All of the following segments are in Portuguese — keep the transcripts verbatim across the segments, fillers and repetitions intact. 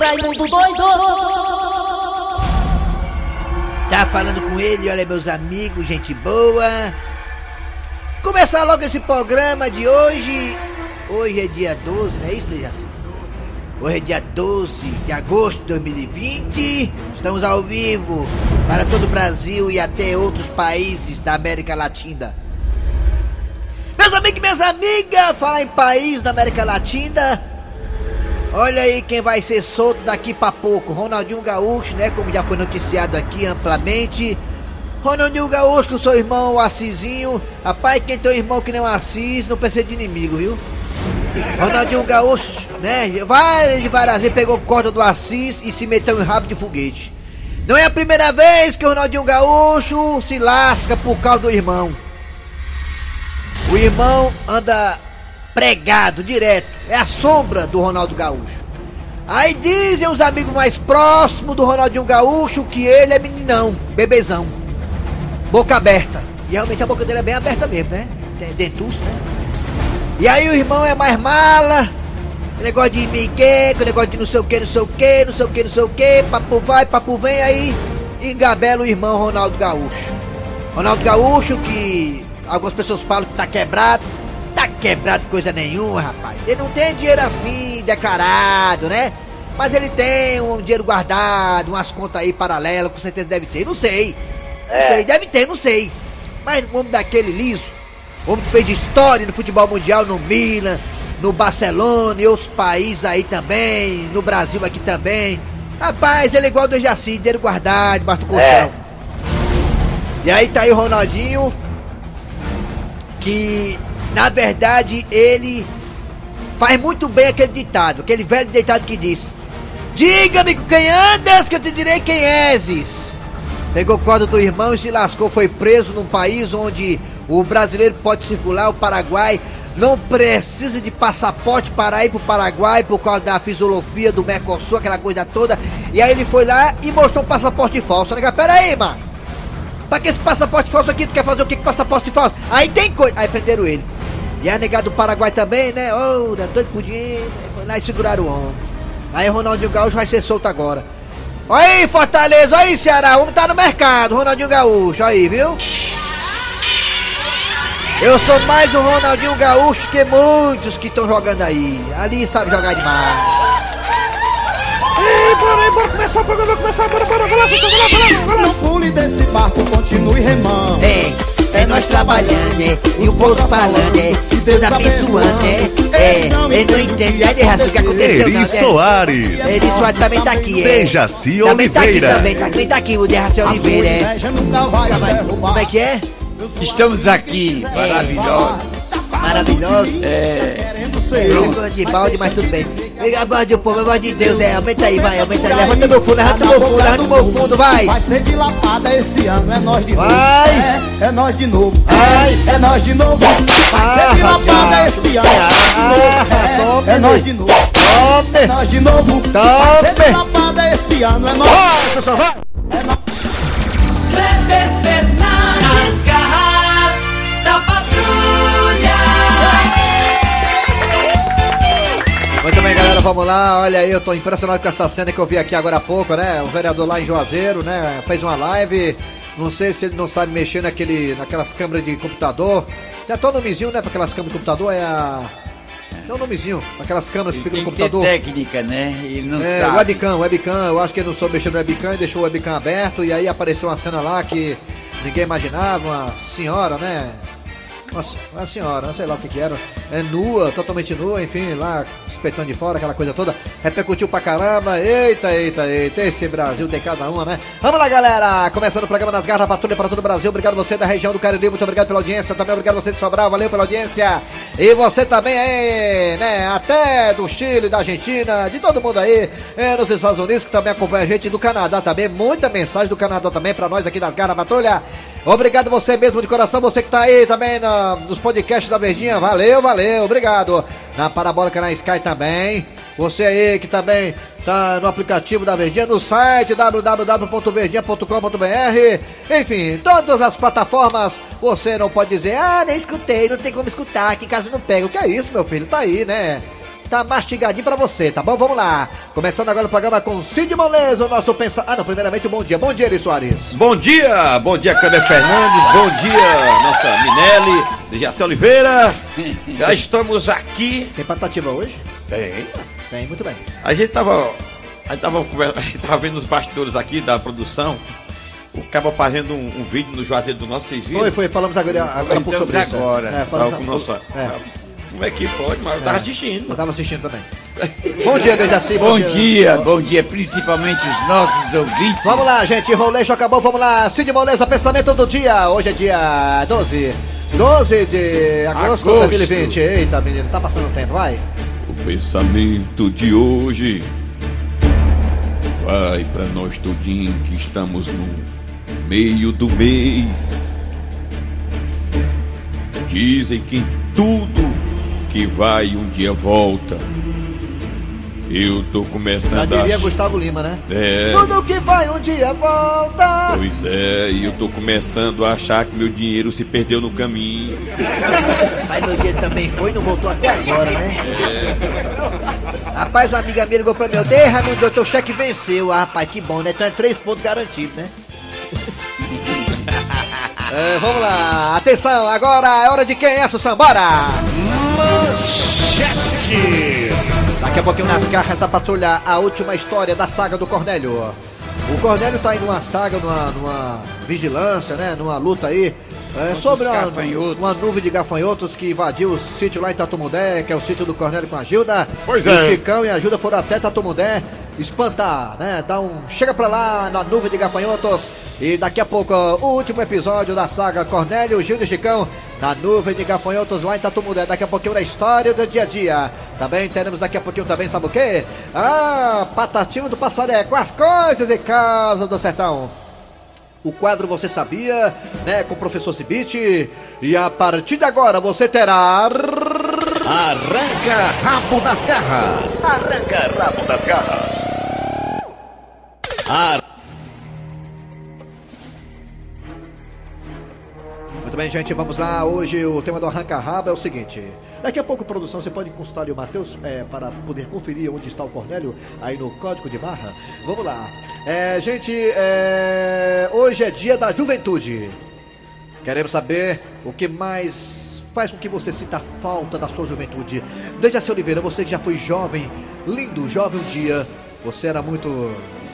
Raimundo doido! Tá falando com ele, olha, meus amigos, gente boa. Começar logo esse programa de hoje. Hoje é dia doze, não é isso, Dejaci? Hoje é dia doze de agosto de dois mil e vinte. Estamos ao vivo para todo o Brasil e até outros países da América Latina. Meus amigos e minhas amigas, falar em país da América Latina. Olha aí quem vai ser solto daqui pra pouco. Ronaldinho Gaúcho, né? Como já foi noticiado aqui amplamente. Ronaldinho Gaúcho com seu irmão, o Assisinho. Rapaz, quem tem um irmão que nem o Assis não precisa de inimigo, viu? Ronaldinho Gaúcho, né? Várias e várias vezes pegou corda do Assis e se meteu em rabo de foguete. Não é a primeira vez que o Ronaldinho Gaúcho se lasca por causa do irmão. O irmão anda pregado direto, é a sombra do Ronaldo Gaúcho. Aí dizem os amigos mais próximos do Ronaldinho Gaúcho que ele é meninão, bebezão, boca aberta. E realmente a boca dele é bem aberta mesmo, né? Tem dentuço, né? E aí o irmão é mais mala, negócio de migué, negócio de não sei o que, não sei o que, não sei o que, não sei o que, papo vai, papo vem, aí engabela o irmão Ronaldo Gaúcho. Ronaldo Gaúcho que algumas pessoas falam que tá quebrado. Tá quebrado coisa nenhuma, rapaz. Ele não tem dinheiro assim, declarado, né? Mas ele tem um dinheiro guardado, umas contas aí paralelas, com certeza deve ter, não sei. Não É. sei, deve ter, não sei. Mas um homem daquele liso, homem que fez história no futebol mundial, no Milan, no Barcelona e outros países aí também, no Brasil aqui também. Rapaz, ele é igual ao Dejaci, dinheiro guardado, debaixo do colchão. É. E aí tá aí o Ronaldinho, que na verdade ele faz muito bem aquele ditado, aquele velho ditado que diz: diga-me com quem andas que eu te direi quem és. Pegou corda do irmão e se lascou, foi preso num país onde o brasileiro pode circular, o Paraguai não precisa de passaporte para ir pro Paraguai por causa da fisiologia do Mercosul, aquela coisa toda. E aí ele foi lá e mostrou um passaporte falso. Nega, pera aí, mano, pra que esse passaporte falso aqui? Tu quer fazer o que com passaporte falso? Aí tem coisa. Aí prenderam ele. E a negada do Paraguai também, né? Oh, doido por dinheiro. Foi lá e seguraram o homem. Aí o Ronaldinho Gaúcho vai ser solto agora. Olha aí, Fortaleza, olha aí, Ceará. O homem tá no mercado, Ronaldinho Gaúcho. Olha aí, viu? Eu sou mais o Ronaldinho Gaúcho que muitos que estão jogando aí. Ali sabe jogar demais. Ei, bora aí, bora começar o programa, começar, bora, bora, bora, bora, bora, bora, bora. Não pule desse barco, continue remando. É, é nós trabalhando, é, e o povo falando, é, e Deus abençoando, é, é, ele não entende, é de raça o que aconteceu, não, Eri né? Soares, Ele Soares também tá aqui, é. Dejaci Também tá aqui, Oliveira. também tá, também tá aqui, o Dejaci Oliveira, é. Inveja nunca vai Como derrubar. é que é? Estamos aqui, maravilhosos. Maravilhoso. Querendo ser Eu eu. sou coisa de balde, mas tudo bem. Liga a voz do povo, a voz de Deus, é. Aumenta aí, vai, aumenta aí. Levanta meu fundo, levanta meu fundo, levanta meu fundo, vai. Vai ser de lapada esse ano, é nós de novo. Vai. É, é nós de novo. Vai. É nós de novo. Vai ser de lapada esse ano. Ah, É, é nós de novo. É Tome. nós de novo. Vai ser de lapada esse ano, é nós. Vai, pessoal, vai. Kleber Fernandes, garras da patrulha. Muito bem, galera, vamos lá. Olha aí, eu tô impressionado com essa cena que eu vi aqui agora há pouco, né? O vereador lá em Juazeiro, né? Fez uma live. Não sei se ele não sabe mexer naquele, naquelas câmeras de computador. Tem até o nomezinho, né? Pra aquelas câmeras de computador, é a... Tem um nomezinho, aquelas câmeras que ficam Tem no que ter computador. técnica, né? Ele não É, sabe. webcam, webcam, eu acho que ele não soube mexer no webcam e deixou o webcam aberto, e aí apareceu uma cena lá que ninguém imaginava, uma senhora, né? Uma, uma senhora, não sei lá o que que era, é nua, totalmente nua, enfim, lá, espetando de fora, aquela coisa toda, repercutiu pra caramba, eita, eita, eita, esse Brasil tem cada uma, né? Vamos lá, galera, começando o programa nas garras da patrulha para todo o Brasil, obrigado você da região do Cariri, muito obrigado pela audiência, também obrigado você de Sobral, valeu pela audiência, e você também aí, né, até do Chile, da Argentina, de todo mundo aí, é, nos Estados Unidos, que também acompanha a gente, do Canadá também, muita mensagem do Canadá também pra nós aqui das garras da patrulha. Obrigado você mesmo de coração, você que tá aí também na, nos podcasts da Verdinha, valeu, valeu, obrigado. Na Parabólica, na Sky também, você aí que também tá no aplicativo da Verdinha, no site w w w ponto verdinha ponto com ponto b r, enfim, todas as plataformas, você não pode dizer, ah, nem escutei, não tem como escutar, aqui em casa não pega, o que é isso, meu filho, tá aí, né? tá mastigadinho pra você, tá bom? Vamos lá. Começando agora o programa com Cid Moleza, o nosso pensa... Ah, não, primeiramente, bom dia. Bom dia, Eri Soares. Bom dia, bom dia, Kleber Fernandes. Bom dia, nossa Minelli, Dejaci Oliveira. Já estamos aqui. Tem patativa hoje? Tem. Tem, muito bem. A gente tava, a gente tava, a gente tava vendo os bastidores aqui da produção. O cara fazendo um, um vídeo no Juazeiro do Nosso, vocês viram? Foi, foi, falamos agora, agora um pouco sobre isso. agora. É, falamos com nossa... é. Como é que pode? Mas eu tava assistindo. Eu tava assistindo também. Bom dia, Dejaci. Bom dia, bom dia, principalmente os nossos ouvintes. Vamos lá, gente, rolê já acabou, vamos lá. Cid Moleza, pensamento do dia. Hoje é dia doze. doze de agosto de dois mil e vinte. Eita, menino, tá passando o tempo, vai. O pensamento de hoje vai pra nós tudinho que estamos no meio do mês. Dizem que tudo que vai um dia volta. Eu tô começando Já diria a... Gustavo Lima, né? É. Tudo que vai um dia volta. Pois é, e eu tô começando a achar que meu dinheiro se perdeu no caminho. Mas meu dinheiro também foi e não voltou até agora, né? É. Rapaz, uma amiga minha ligou pra mim. Ei, Raimundo, teu cheque venceu. Ah, rapaz, que bom, né? Então é três pontos garantidos, né? É, vamos lá, atenção, agora é hora de quem é, Sussan, bora! Manchete. Daqui a pouquinho nas garras da patrulha, a última história da saga do Cornélio. O Cornélio tá aí numa saga, numa, numa vigilância, né, numa luta aí, é, sobre uma, uma nuvem de gafanhotos que invadiu o sítio lá em Tatumudé, que é o sítio do Cornélio com a Gilda. Pois e é. O Chicão e a Gilda foram até Tatumudé espantar, né, dar um... Chega pra lá na nuvem de gafanhotos. E daqui a pouco, o último episódio da saga Cornélio, Gilda e Chicão na nuvem de gafanhotos lá em Tatumudé. Daqui a pouquinho na história do dia a dia. Também teremos daqui a pouquinho também, sabe o quê? Ah, Patativa do Passareco, as coisas e causas do sertão. O quadro Você Sabia, né, com o professor Cibite. E a partir de agora você terá... Arranca rabo das garras. Arranca rabo das garras. Ar... Muito bem, gente, vamos lá. Hoje o tema do Arranca Rabo é o seguinte. Daqui a pouco, produção, você pode consultar ali o Matheus é, para poder conferir onde está o Cornélio, aí no código de barra. Vamos lá. É, gente, é, hoje é dia da juventude. Queremos saber o que mais faz com que você sinta falta da sua juventude. Dejaci Oliveira, você que já foi jovem, lindo, jovem um dia, você era muito...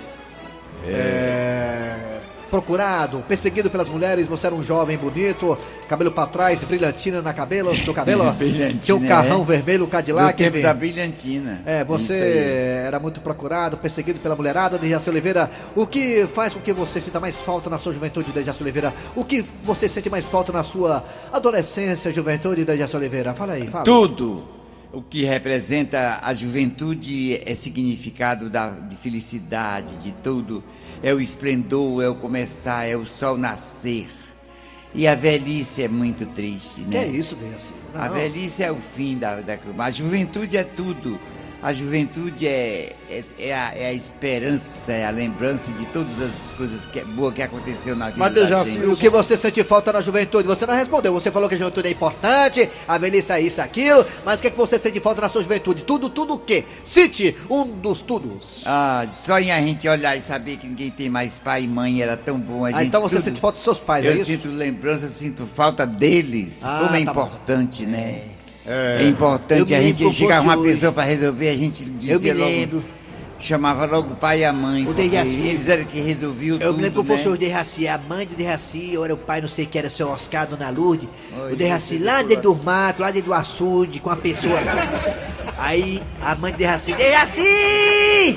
É... procurado, perseguido pelas mulheres, você era um jovem bonito, cabelo pra trás, brilhantina na cabelo, no cabelo, tinha um carrão é. vermelho, Cadillac. No tempo da brilhantina. É, você era muito procurado, perseguido pela mulherada. Dejaci Oliveira, o que faz com que você sinta mais falta na sua juventude, Dejaci Oliveira? O que você sente mais falta na sua adolescência, juventude, Dejaci Oliveira? Fala aí, fala. Tudo. O que representa a juventude é significado da, de felicidade, de tudo. É o esplendor, é o começar, é o sol nascer. E a velhice é muito triste, né? Que é isso, Dejaci? A velhice é o fim da, da... A juventude é tudo. A juventude é, é, é, a, é a esperança, é a lembrança de todas as coisas que é boa que aconteceu na vida Mas, da Dejaci, gente. o que você sente falta na juventude? Você não respondeu. Você falou que a juventude é importante, a velhice é isso, aquilo. Mas o que, é que você sente falta na sua juventude? Tudo, tudo o quê? Cite um dos tudos. Ah, só em a gente olhar e saber que ninguém tem mais pai e mãe era tão bom. A Ah, gente então você tudo... sente falta dos seus pais, Eu é isso? sinto lembrança, sinto falta deles. Ah, Como é tá bom. importante, né? É, É importante Eu a me gente lembro chegar como uma fosse pessoa para resolver, a gente dizia Eu me logo, lembro. chamava logo o pai e a mãe, O porque Dejaci. eles eram que resolviam Eu tudo, me lembro que né? fosse o Dejaci, a mãe do Dejaci, ou era o pai, não sei que era seu Oscar, Dona Lourdes. Oi, O Dejaci você lá ficou dentro do mato, lá dentro do açude, com a pessoa lá. Aí a mãe do Dejaci, Dejaci!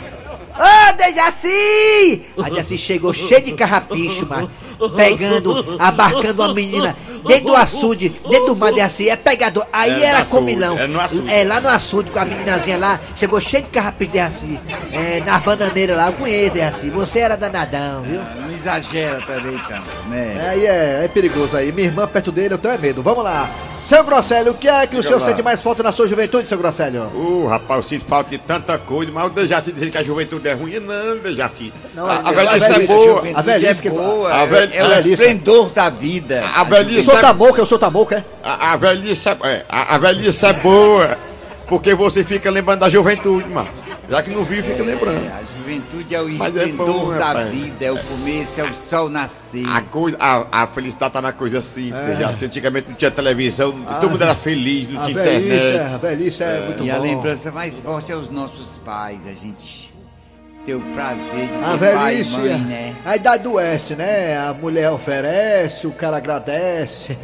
Ô, Dejaci! A Dejaci chegou cheio de carrapicho, mas pegando, abarcando uma menina dentro do açude, dentro do mar, Dejaci, é pegador. Aí É no era açude, comilão. é no açude. É, lá no açude, com a meninazinha lá, chegou cheio de carrapicho, Dejaci. É, nas bananeiras lá, eu conheço, Dejaci. Você era danadão, viu? Ah, não exagera também, então, né? Aí é, é perigoso aí. Minha irmã perto dele, eu tenho é medo. Vamos lá. Seu Grosselio, o que é que o senhor lá. sente mais falta na sua juventude, seu Grosselio? Uh, rapaz, eu sinto falta de tanta coisa, mas o Dejaci dizendo que a juventude é ruim, não, Dejaci. Não, a, a a velhice velhice, é a boa. juventude A velhice que- é boa, a velha- é, é o a velhice. esplendor da vida. A O velhice senhor é, tá moca, o senhor tá moca, é? a, a velhice é, é, a, a velhice é boa. Porque você fica lembrando da juventude, Márcio. Já que não vive, fica lembrando. É, a juventude é o Mas é esplendor bom, da rapaz. vida, é o começo, é o sol nascer. A, coisa, a, a felicidade tá na coisa simples. Já assim, antigamente não tinha televisão, todo mundo era feliz, não A tinha velhice, internet. a velhice é, muito E bom. a lembrança mais forte é os nossos pais, a gente ter o prazer de ter A pai e velhice, mãe, né? a idade adoece, né? A mulher oferece, o cara agradece.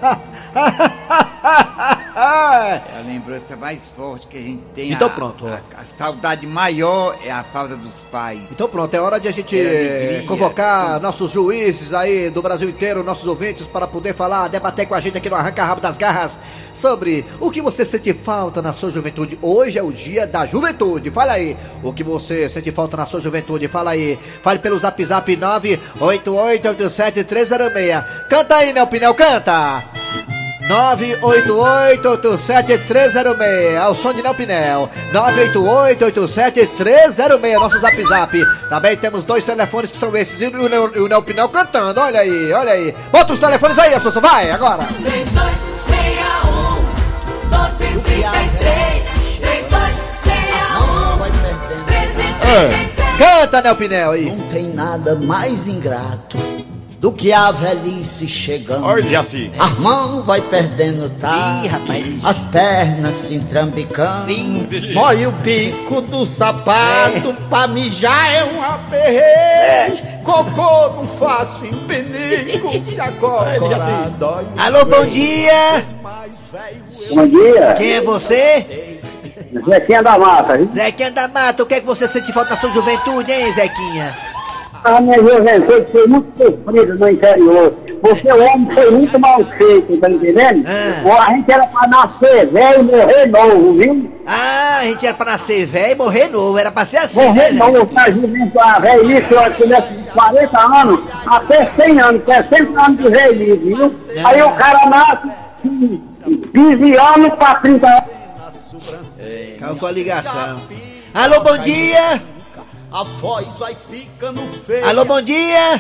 É a lembrança mais forte que a gente tem. Então a, pronto, ó. A, a saudade maior é a falta dos pais. Então pronto, é hora de a gente Ter alegria. convocar nossos juízes aí do Brasil inteiro, nossos ouvintes, para poder falar, debater com a gente aqui no Arranca Rabo das Garras sobre o que você sente falta na sua juventude. Hoje é o dia da juventude, fala aí, o que você sente falta na sua juventude, fala aí, fale pelo zap zap nove oito oito oito sete três zero seis. Canta aí, Nel Pinel, canta! nove oito oito oito sete três zero seis, ao som de Nel Pinel. nove oito oito oito sete três zero seis, nosso zap zap. Também temos dois telefones que são esses, e o Nel, e o Nel Pinel cantando, olha aí, olha aí. Bota os telefones aí, Assunção, vai, agora. três dois seis um, doze trinta e três. três dois seis um, treze trinta e três. Canta, Nel Pinel aí. Não tem nada mais ingrato do que a velhice chegando. Olha, Jaci. A mão vai perdendo tato, Ih, rapaz. as pernas se entrambicando, Ih. mói o bico do sapato, pra mijar é um aperreio, cocô não faço em penico, se a cócora dói. Alô, bom dia. Bom dia, Quem é você? Zequinha da Mata. viu? Zequinha da Mata, o que é que você sente falta na sua juventude, hein, Zequinha? A minha juventude foi muito sofrida no interior, porque o homem foi muito mal feito, tá entendendo? Ah. A gente era pra nascer velho e morrer novo, viu? Ah, a gente era pra nascer velho e morrer novo, era pra ser assim, né, Morrer Zé? novo, pra juventude, a velhice, eu tivesse quarenta anos, até cem anos, sessenta anos de velhice, viu? Ah. Aí o cara nasce de quinze anos pra trinta anos. Caiu com a ligação. Alô, bom dia. A voz vai ficando feia. Alô, bom dia.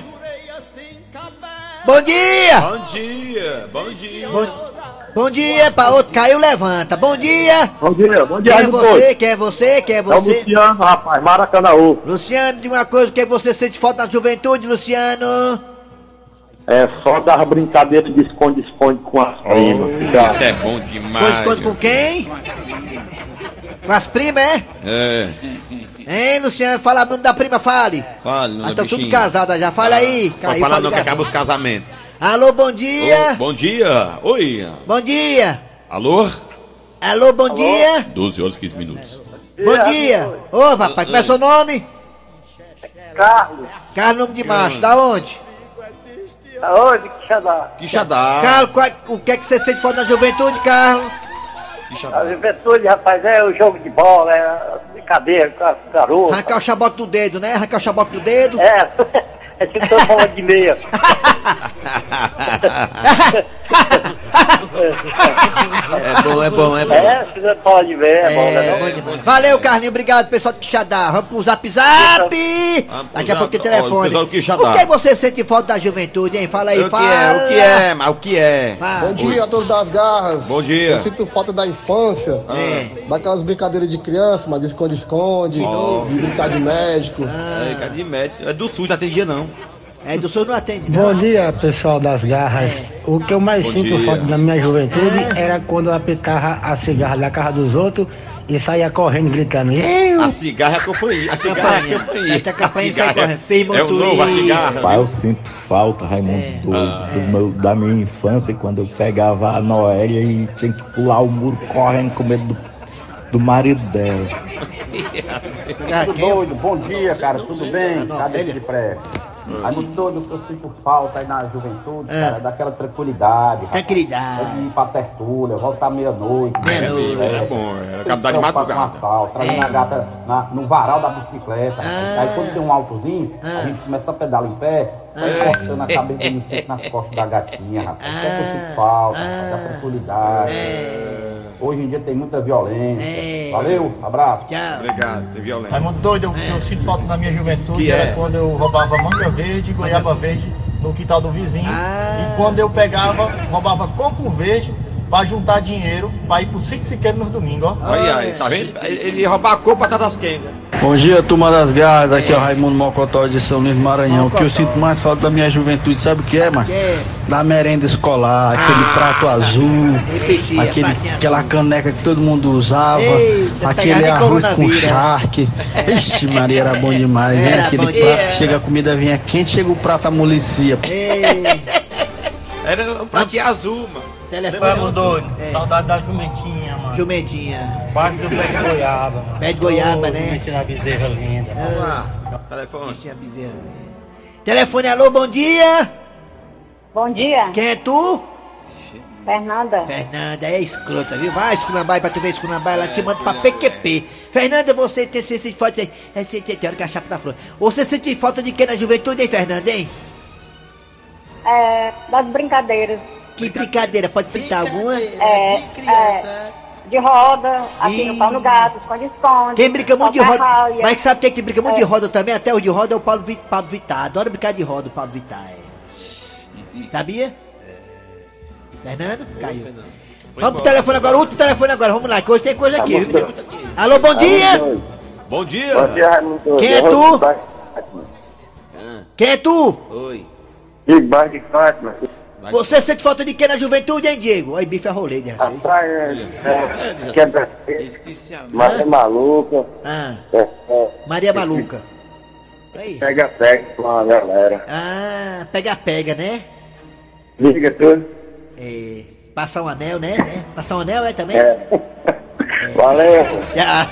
Bom dia. Bom dia, bom dia. Bom, bom dia, pra outro caiu, levanta. Bom dia. Bom dia, bom Quem é você? Quem é você? Quem é você? Luciano, rapaz, Maracanãú. Luciano, de uma coisa, o que você sente falta na juventude, Luciano? É só dar brincadeira de esconde-esconde com as primas. Isso é bom demais. Esconde, esconde com quem? Com as primas, é? É. Hein, Luciano? Fala o nome da prima, fale. Fala, não Ah, é estão tudo bichinho. casadas já, fala aí. Pode Caiu falar com a não que ligação. acaba os casamentos. Alô, bom dia. Ô, bom dia. Oi. Bom dia. Alô? Alô, bom dia. doze horas e quinze minutos. Bom dia. Ô, papai, como é seu nome? Carlos, Carlos, nome de macho, da onde? aonde que já dá? Quixadá. Carlos, qual- o que é que você sente falta na juventude, Carlos? Quixadá. A juventude, rapaz, é o jogo de bola, é a brincadeira com a garota. Arrancar o chabote do dedo, né? Arrancar o chabote do dedo. É, é tipo todo falando de meia. É bom, é bom, é bom. É, se você fala de meia, é, bom, né? É, bom demais. Valeu, Carlinhos, obrigado, pessoal do Quixadá. Vamos pro zap zap. Vamos pro Daqui a zap- pouco tem ó, o telefone. pessoal do Quixadá. O que você sente falta da juventude, hein? Fala aí, O que fala. é, o que é, mas o que é? Fala. Bom dia a todos das garras. Bom dia. Eu sinto falta da infância, É. daquelas brincadeiras de criança, mas de esconde-esconde, de brincar de médico. É, cadê de médico? É do sul, não atendia não. É, do senhor não atende, não. Bom dia, pessoal das garras. O que eu mais Bom sinto dia. falta na minha juventude É. era quando eu apitava a cigarra da casa dos outros e saía correndo gritando. Eu! A cigarra é a companhia. A cigarra é a companhia. Esta campanha A sai cigarra correndo. Fez É o novo, a cigarra. Pai, eu sinto falta, Raimundo, É. do, Ah. do meu, da minha infância, quando eu pegava a Noélia e tinha que pular o muro correndo com medo do, do marido dela. Ah, quem? Doido, bom dia, cara, tudo bem? não, Cadê ele- esse pré? Aí muito doido, o que eu sinto falta aí na juventude, É. cara, daquela tranquilidade. rapaz. Tranquilidade. É de ir pra tertúlia, voltar meia-noite. Meia-noite. né? É bom, é Sem capital de se preocupar madrugada. com assalto, trazendo É. a gata na- no varal da bicicleta. Ah. Aí quando tem um altozinho, Ah. a gente começa a pedalar em pé, vai cortando a cabeça no centro, nas costas da gatinha, rapaz. Isso é que eu sinto falta, rapaz, da tranquilidade. Hoje em dia tem muita violência. É. Valeu, abraço. Tchau. Obrigado, tem violência. Raimundo doido, eu, eu sinto falta na minha juventude Que era é? quando eu roubava manga verde, goiaba verde no quintal do vizinho. Ah. E quando eu pegava, roubava coco verde pra juntar dinheiro pra ir pro sítio Siqueiro nos domingos, ó. Olha aí, tá vendo? Ele ia roubar a cor pra Tatas Quenga. Bom dia, turma das garras, aqui é o Raimundo Mocotó de São Luís do Maranhão. O que eu sinto mais falta da minha juventude, sabe o que é, mano? Da merenda escolar, aquele ah, prato azul, repetia, aquele, aquela caneca que todo mundo usava, eita, aquele arroz com charque. Ixi, Maria, era bom demais, hein? Aquele prato que chega a comida vinha quente, chega o prato amolicia. Era um pratinho azul, mano. Telefone doido, é. Saudade da jumentinha, mano. Jumentinha. Baixo do pé de goiaba, mano. Pé de goiaba, oh, né? Jumentinha bezerra linda. Vamos lá. Telefone. Bezerra. Telefone, alô, bom dia. Bom dia. Quem é tu? Fernanda. Fernanda, é escrota, viu? Vai, esculambai, pra tu ver esculambai, ela te manda pra P Q P. Fernanda, você tem, você sente falta... Tem hora que a chapa tá flor. Você sente falta de quê na juventude, hein, Fernanda, hein? É, das brincadeiras. Que brincadeira? Pode citar alguma? É, de criança. É, de roda, aqui e... no pau no gato, esconde-esconde. Quem brinca muito de roda? Raia. Mas sabe quem que brinca muito é. de roda também? Até o de roda é o Paulo, Vi... Paulo Vittar. Adora brincar de roda o Paulo Vittar, é. Sabia? É. Fernando? Caiu. Fernando. Vamos pro telefone agora, último telefone agora, vamos lá, que hoje tem coisa aqui. Viu? Alô, bom dia! Bom dia! Bom dia, Raimundo. Quem é tu? Quem é tu? Oi. Big Bar de Fátima. Você sente falta de quê na juventude, hein, Diego? Aí, bife é rolê, né? Rapaz, é, quebra Maria Maluca. Ah. É, é, Maria Maluca. Aí. Pega, pega com a galera. Ah, pega, pega, né? Liga tudo. É, passar um anel, né? né? Passar um anel, é também? É. é. Valeu. Já.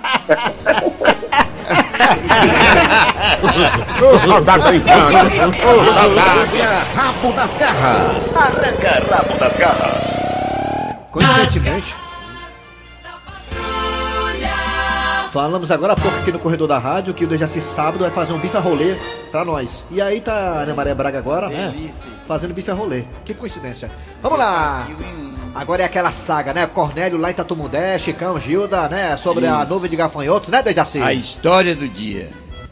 Rabo das garras. Arranca rabo das garras. Coincidentemente, falamos agora há pouco aqui no corredor da rádio que o Dejaci sábado vai fazer um bife a rolê pra nós. E aí tá a Ana Maria Braga agora, né? Fazendo bife a rolê. Que coincidência. Vamos lá. Agora é aquela saga, né? Cornélio lá em Tatumudé, Chicão, Gilda, né? Sobre Isso. a nuvem de gafanhotos, né, Dejaci? A história do dia.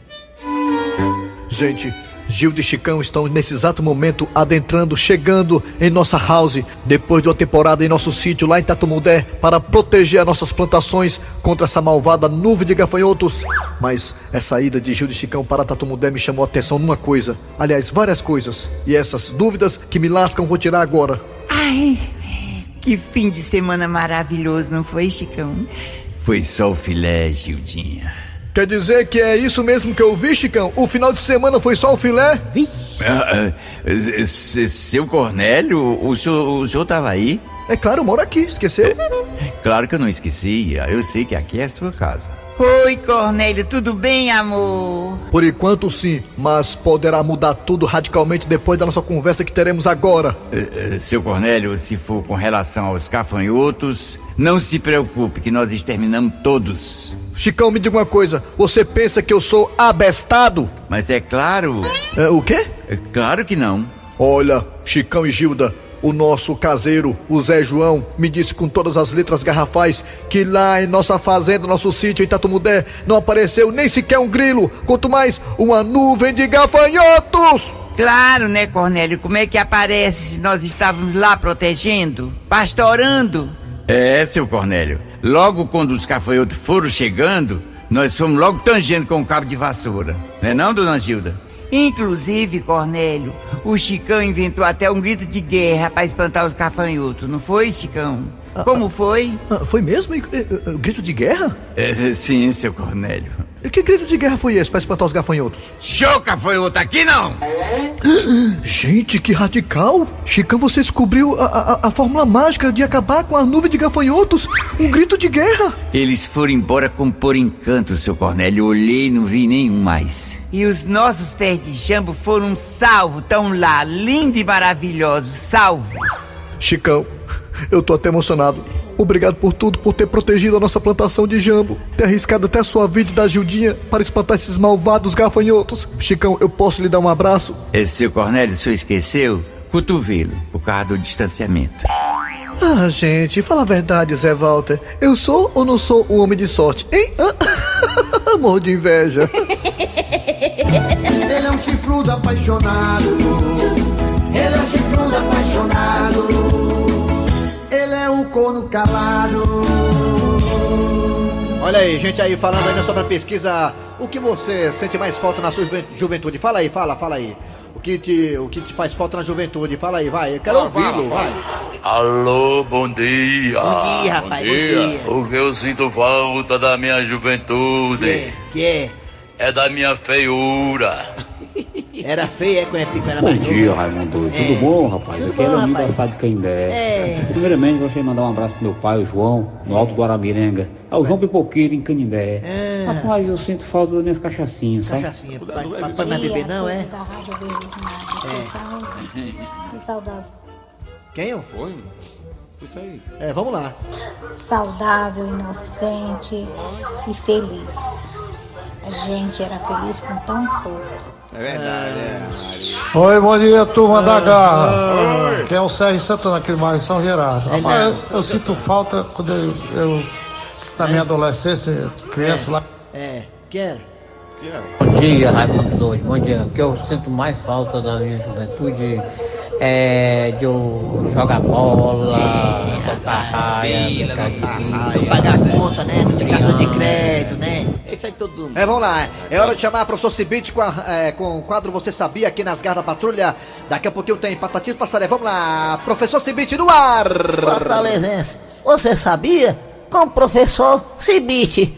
Gente, Gilda e Chicão estão nesse exato momento adentrando, chegando em nossa house, depois de uma temporada em nosso sítio lá em Tatumudé, para proteger as nossas plantações contra essa malvada nuvem de gafanhotos. Mas essa ida de Gilda e Chicão para Tatumudé me chamou a atenção numa coisa, aliás, várias coisas, e essas dúvidas que me lascam vou tirar agora. Ai, que fim de semana maravilhoso, não foi, Chicão? Foi só o filé, Gildinha. Quer dizer que é isso mesmo que eu vi, Chicão? O final de semana foi só o filé? Ah, ah, seu Cornélio, o senhor, o senhor tava aí? É claro, eu moro aqui, esqueceu? É, claro que eu não esqueci, eu sei que aqui é a sua casa. Oi, Cornélio, tudo bem, amor? Por enquanto sim, mas poderá mudar tudo radicalmente depois da nossa conversa que teremos agora. Uh, uh, seu Cornélio, se for com relação aos gafanhotos, não se preocupe que nós exterminamos todos. Chicão, me diga uma coisa, você pensa que eu sou abestado? Mas é claro... É, o quê? É claro que não. Olha, Chicão e Gilda, o nosso caseiro, o Zé João, me disse com todas as letras garrafais que lá em nossa fazenda, nosso sítio em Tatumudé, não apareceu nem sequer um grilo, quanto mais uma nuvem de gafanhotos! Claro, né, Cornélio? Como é que aparece se nós estávamos lá protegendo, pastorando? É, seu Cornélio, logo quando os gafanhotos foram chegando, nós fomos logo tangendo com um cabo de vassoura. Não é não, dona Gilda? Inclusive, Cornélio, o Chicão inventou até um grito de guerra para espantar os gafanhotos, não foi, Chicão? Ah, Como foi? Ah, foi mesmo? E, e, e, grito de guerra? É, sim, seu Cornélio. E que grito de guerra foi esse para espantar os gafanhotos? Show, gafanhoto, aqui não! Gente, que radical! Chicão, você descobriu a, a, a fórmula mágica de acabar com a nuvem de gafanhotos! Um grito de guerra! Eles foram embora como por encanto, seu Cornélio. Eu olhei e não vi nenhum mais. E os nossos pés de jambo foram salvos, tão lá, lindos e maravilhosos, salvos. Chicão, eu tô até emocionado. Obrigado por tudo, por ter protegido a nossa plantação de jambo, ter arriscado até a sua vida e da Gildinha para espantar esses malvados gafanhotos. Chicão, eu posso lhe dar um abraço? Esse seu Cornélio, o senhor esqueceu? Cotovelo, por causa do distanciamento. Ah, gente, fala a verdade, Zé Walter. Eu sou ou não sou um homem de sorte, hein? Morro de inveja. Ele é um chifrudo apaixonado. Ele é um chifrudo apaixonado. Ele corno calado. Olha aí, gente aí falando ainda sobre a pesquisa. O que você sente mais falta na sua juventude? Fala aí, fala, fala aí. O que te, o que te faz falta na juventude? Fala aí, vai. Eu quero ouvi-lo, vai. Alô, bom dia. Bom dia, rapaz, bom dia. O que eu sinto falta da minha juventude. Que é? Que é? É da minha feiura. Era feio, é quando é pico, era Bom mais dia, novo. Raimundo. É. Tudo bom, rapaz? Tudo Aqui é bom, Leonir da rapaz. cidade de Canindé. É. Primeiramente, gostaria de mandar um abraço pro meu pai, o João, no Alto Guaramirenga. É o João Pipoqueiro, em Canindé. É. Rapaz, eu sinto falta das minhas cachaçinhas, sabe? Cachaçinha, pra não beber não, é? Da Rádio Verdes, Que saudade. Quem eu? Foi? Isso aí. É, vamos lá. Saudável, inocente e feliz. A gente era feliz com tão pouco. É verdade, é. Oi, bom dia, turma da Garra. Que é o Sérgio Santana aqui do bairro São Gerardo. Rapaz, eu, eu sinto falta quando eu, eu na minha adolescência, criança lá. É, quero. Bom dia, Raimundo Doido. Bom dia. O que eu sinto mais falta da minha juventude é de eu jogar bola, botar raia, brincar de Não pagar a conta, né? Não tem cartão de crédito, né? Isso aí todo mundo. É, vamos lá. É hora de chamar o professor Cibite com, a- é, com o quadro Você Sabia aqui nas Garras da Patrulha. Daqui a pouquinho tem Patatinhos Passaré. Vamos lá. Professor Cibite no ar. Fortalezense, você sabia? Com o professor Cibite.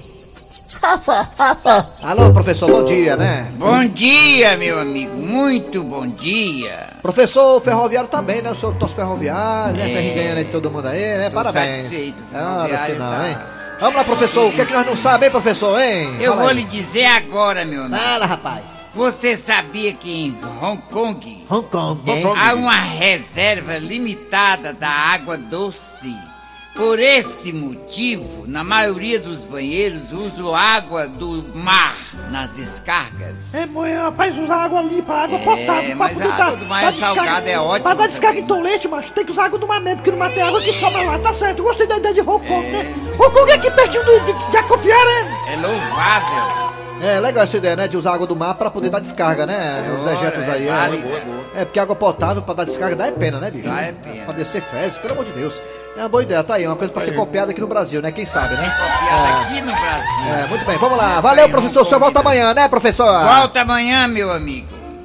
Alô, professor, bom dia, né? Bom dia, meu amigo, muito bom dia. Professor, o ferroviário tá bem, né? O senhor torce ferroviário, né? É. Ferrinho ganhando aí de todo mundo aí, né? Tô Parabéns. satisfeito, o Ah, ferroviário você não, tá- hein? Vamos lá, professor. O que é que nós não sabemos, hein, professor, hein? Eu Fala vou aí. lhe dizer agora, meu amigo. Fala, rapaz. Você sabia que em Hong Kong, Hong Kong, Hong né? Kong há uma reserva limitada da água doce? Por esse motivo, na maioria dos banheiros usam água do mar nas descargas. É, mãe, rapaz, usar água limpa, água É, potável. mas pra poder a dar- água do mar dar é salgada, é ótima Pra dar descarga também. em tolete, macho, tem que usar água do mar mesmo, porque no mar tem água que sobra lá, tá certo. Eu gostei da ideia de Hong Kong, né? Hong Kong é aqui pertinho do, de, de Acopiara, né? É louvável. É, legal essa ideia, né? De usar água do mar pra poder dar descarga, né? Nos Ora, dejetos é aí. válido. boa, boa. É, porque água potável pra dar descarga dá é pena, né, bicho? Dá é pena. Pra descer fezes, pelo amor de Deus. É uma boa ideia, tá aí. Uma coisa pra ser copiada aqui no Brasil, né? Quem sabe, né? Copiada É. aqui no Brasil. É, muito bem, vamos lá. Essa Valeu, aí, professor. O Hong senhor Kong, volta amanhã, né, professor? Volta amanhã, meu amigo.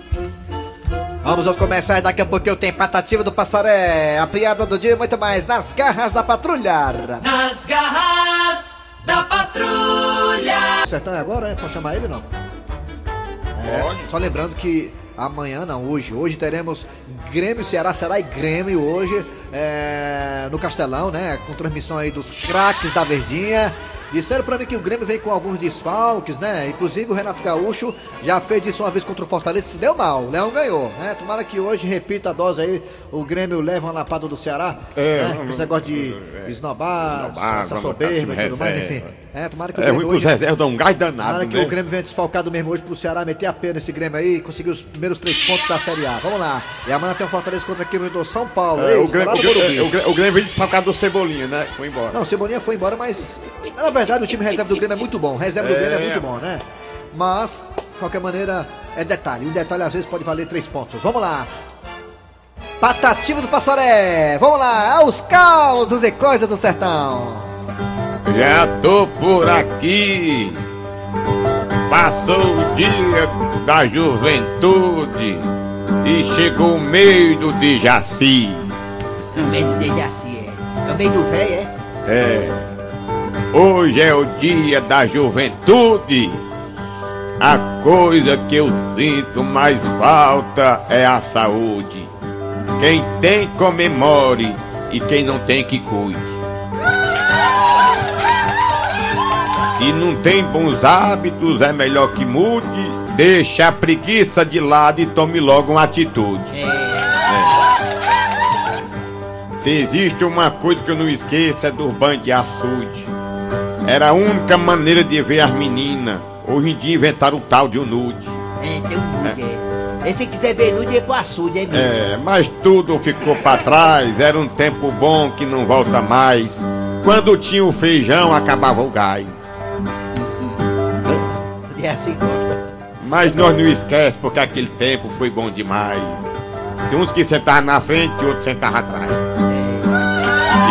Vamos aos comerciais, daqui a pouquinho tem Patativa do Passaré, a piada do dia e muito mais nas garras da patrulha. Nas garras da patrulha. Sertão é agora, é? Pode chamar ele não? É, só lembrando que amanhã, não, hoje, hoje teremos Grêmio, Ceará, Ceará e Grêmio hoje é, no Castelão, né? Com transmissão aí dos craques da Verdinha. Disseram pra mim que o Grêmio vem com alguns desfalques, né? Inclusive o Renato Gaúcho já fez isso uma vez contra o Fortaleza, se deu mal, o Leão ganhou, né? Tomara que hoje repita a dose aí, o Grêmio leva uma lapada do Ceará, É, né? vamos- Esse negócio de esnobar, Esnobar, essa vamos soberba botar e tudo mais, reserva. enfim. É, tomara que o É Grêmio ruim que os hoje... reservas dão um gás danado, Tomara que né? o Grêmio venha desfalcado mesmo hoje pro Ceará meter a pena nesse Grêmio aí e conseguir os primeiros três pontos da Série A. Vamos lá. E amanhã tem um Fortaleza contra a equipe do São Paulo. É, Ei, o Grêmio, lá o no Grêmio, Morumbi. é, o Grêmio- o Grêmio veio desfalcado do Cebolinha, né? Foi embora. Não, o Cebolinha foi embora, mas na verdade o time reserva do Grêmio é muito bom. Reserva do É. Grêmio é muito bom, né? Mas, de qualquer maneira, é detalhe. Um detalhe às vezes pode valer três pontos. Vamos lá. Patativa do Passaré. Vamos lá. Aos causos e coisas do sertão. Já tô por aqui. Passou o dia da juventude e chegou o meio do Dejaci. O meio do Dejaci, é. É o meio do velho, é? É. Hoje é o dia da juventude. A coisa que eu sinto mais falta é a saúde. Quem tem, comemore, e quem não tem, que cuide. Se não tem bons hábitos, é melhor que mude. Deixa a preguiça de lado e tome logo uma atitude. É. Se existe uma coisa que eu não esqueço, é dos banhos de açude. Era a única maneira de ver as meninas. Hoje em dia inventaram o tal de um nude. É, tem um nude, é. Esse que quiser ver nude é pro açude, é mesmo? É, mas tudo ficou pra trás. Era um tempo bom que não volta mais. Quando tinha o feijão, acabava o gás. É assim, gosta. Mas nós não esquece, porque aquele tempo foi bom demais. Tem uns que sentavam na frente e outros sentavam atrás.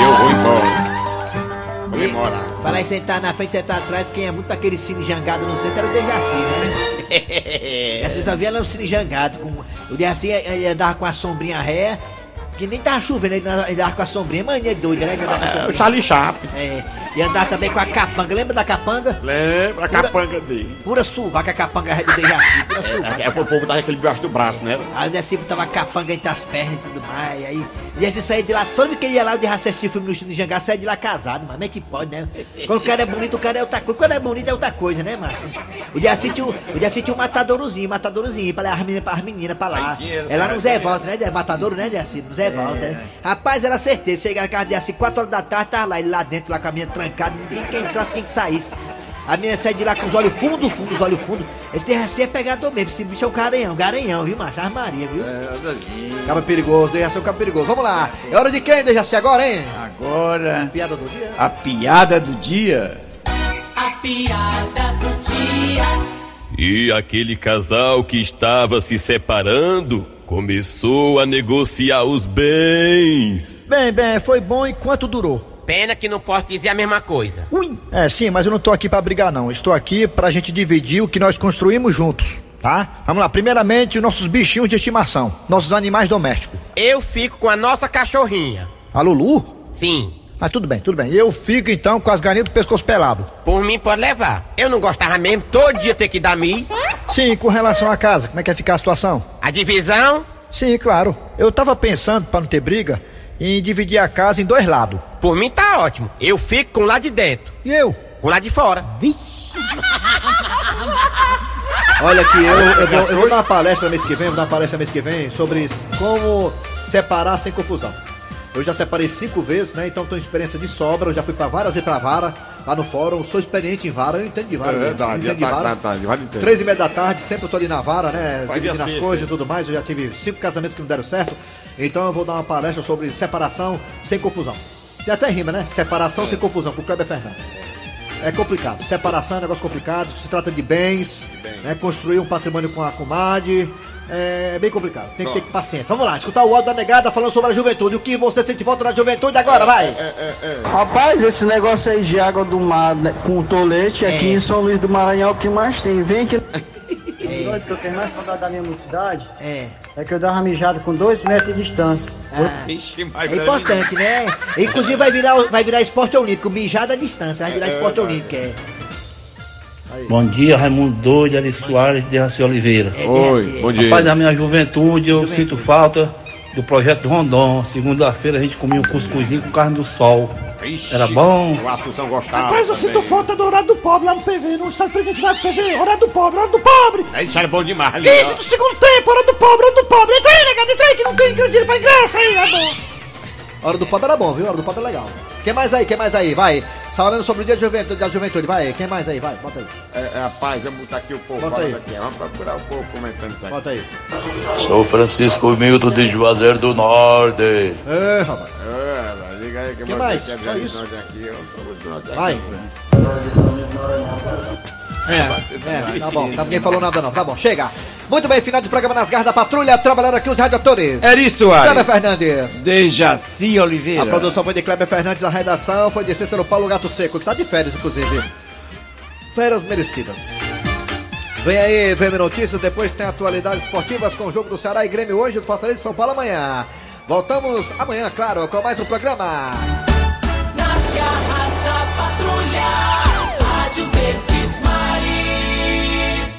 eu vou embora. Vou demorar. Falar em sentar na frente, sentar atrás, quem é muito pra aquele cine jangado no centro era o Dejaci, né? E vocês só viam lá o cine jangado. Com... O Dejaci ele andava com a sombrinha ré, que nem tava chovendo, ele andava com a sombrinha. Mania é doida, né? É, o Charlie Chaplin. É. E andava também com a capanga, lembra da capanga? Lembra a pura, capanga dele. Pura suvaca, a capanga do Dejaci, pura suvaca. É, é, o povo tava aquele braço do braço, né? Aí o Dejaci botava a capanga entre as pernas e tudo mais, aí... E aí você saía de lá, todo mundo que ele ia lá, o Dejaci assistia filme no Cine Jangá, saía de lá casado, mas como é que pode, né? Quando o cara é bonito, o cara é outra coisa. Quando é bonito, é outra coisa, né, mano? O Dejaci tinha, o Dejaci tinha um matadourozinho, matadourozinho, pra levar as meninas, as meninas pra lá. É lá no Zé Walter, né? Matadouro, né, Dejaci? No Zé Walter, né? Rapaz, era certeza, chegar na casa de Dejaci, quatro horas da tarde, tava lá, ele lá dentro, lá com a menina trancada, ninguém que entrasse, quem que saísse. A menina sai de lá com os olhos fundo, fundo, os olhos fundo. Esse Dejaci é pegador mesmo, esse bicho é um garanhão, garanhão, viu, macho? Maria, viu? É, cabo perigoso, Dejaci é um cabo perigoso. Vamos lá, é hora de quem, Dejaci, agora, hein? Agora... A piada do dia? A piada do dia. A piada do dia. E aquele casal que estava se separando começou a negociar os bens. Bem, bem, foi bom enquanto durou. Pena que não posso dizer a mesma coisa. Ui! É, sim, mas eu não tô aqui pra brigar, não. Estou aqui pra gente dividir o que nós construímos juntos, tá? Vamos lá, primeiramente, os nossos bichinhos de estimação, nossos animais domésticos. Eu fico com a nossa cachorrinha. A Lulu? Sim. Mas tudo bem, tudo bem. Eu fico, então, com as galinhas do pescoço pelado. Por mim, pode levar. Eu não gostava mesmo todo dia ter que dar mi. Sim, com relação à casa, como é que vai ficar a situação? A divisão? Sim, claro. Eu tava pensando, pra não ter briga, em dividir a casa em dois lados. Por mim tá ótimo. Eu fico com o lado de dentro. E eu? Com o lado de fora. Vixe! Olha aqui, eu, eu, vou, eu vou dar uma palestra mês que vem, vou dar uma palestra mês que vem sobre como separar sem confusão. Eu já separei cinco vezes, né? Então tenho experiência de sobra, eu já fui pra várias vezes pra vara, lá no fórum, sou experiente em vara, eu entendo de vara. É verdade, entendo de vara. Tá, tá, tá, tá, Três e meia da tarde, sempre eu tô ali na vara, né? Dividindo assim, as coisas e tudo mais, eu já tive cinco casamentos que não deram certo. Então eu vou dar uma palestra sobre separação sem confusão. Tem até rima, né? Separação é. sem confusão, com o Kleber Fernandes. É complicado, separação é um negócio complicado, se trata de bens, Bem. né? Construir um patrimônio com a comadre. É bem complicado, tem que Bom. ter paciência. Vamos lá, escutar o áudio da negada falando sobre a juventude. O que você sente falta da juventude agora, vai! É, é, é, é. Rapaz, esse negócio aí de água do mar, né, com tolete, é. aqui em São Luís do Maranhão, o que mais tem? Vem que... É. O que eu tenho mais saudade da minha mocidade é. é que eu dava mijada com dois metros de distância. Ah, é importante, né? Inclusive vai virar, vai virar esporte olímpico, mijada à distância, vai virar é, esporte é, olímpico, é. Aí. Bom dia, Raimundo Doido, Ari Soares, de Raci Oliveira. É, Oi, bom dia. Rapaz, da minha juventude, eu juventude. sinto falta do projeto Rondon. Segunda-feira a gente comia um cuscuzinho com carne do sol. Ixi, era bom. O Assunção gostava. Rapaz, eu sinto falta do horário do pobre lá no P V. Não sabe presente lá no P V. Horário do pobre, horário do pobre. Aí isso era bom demais. quinze do segundo tempo, hora do pobre, hora do pobre. Entra aí, negado, entra aí que não tem dinheiro pra ingresso aí, é bom. Hora do pobre era bom, viu? Hora do pobre é legal. Quem mais aí? Quem mais aí? Vai. Falando sobre o dia da juventude, da juventude. Vai. Quem mais aí? Vai. Bota aí. É, é, rapaz, vamos botar aqui o povo. Bota aí. Aqui. Vamos procurar o povo comentando isso aqui. Bota aí. Sou Francisco Milton de Juazeiro do Norte. É, rapaz. É, vai. Liga aí que, que mais? Aqui, Só isso. Aqui, eu vai. É, é, tá bom, tá, ninguém falou nada não, tá bom, chega. Muito bem, final de programa nas garras da patrulha, trabalharam aqui os radioatores. Eri Soares. Kleber Fernandes. Dejaci Oliveira. A produção foi de Kleber Fernandes, a redação foi de Cícero Paulo Gato Seco, que tá de férias, inclusive. Férias merecidas. Vem aí, V M Notícias, depois tem atualidades esportivas com o jogo do Ceará e Grêmio hoje, do Fortaleza e São Paulo amanhã. Voltamos amanhã, claro, com mais um programa. Nas garras.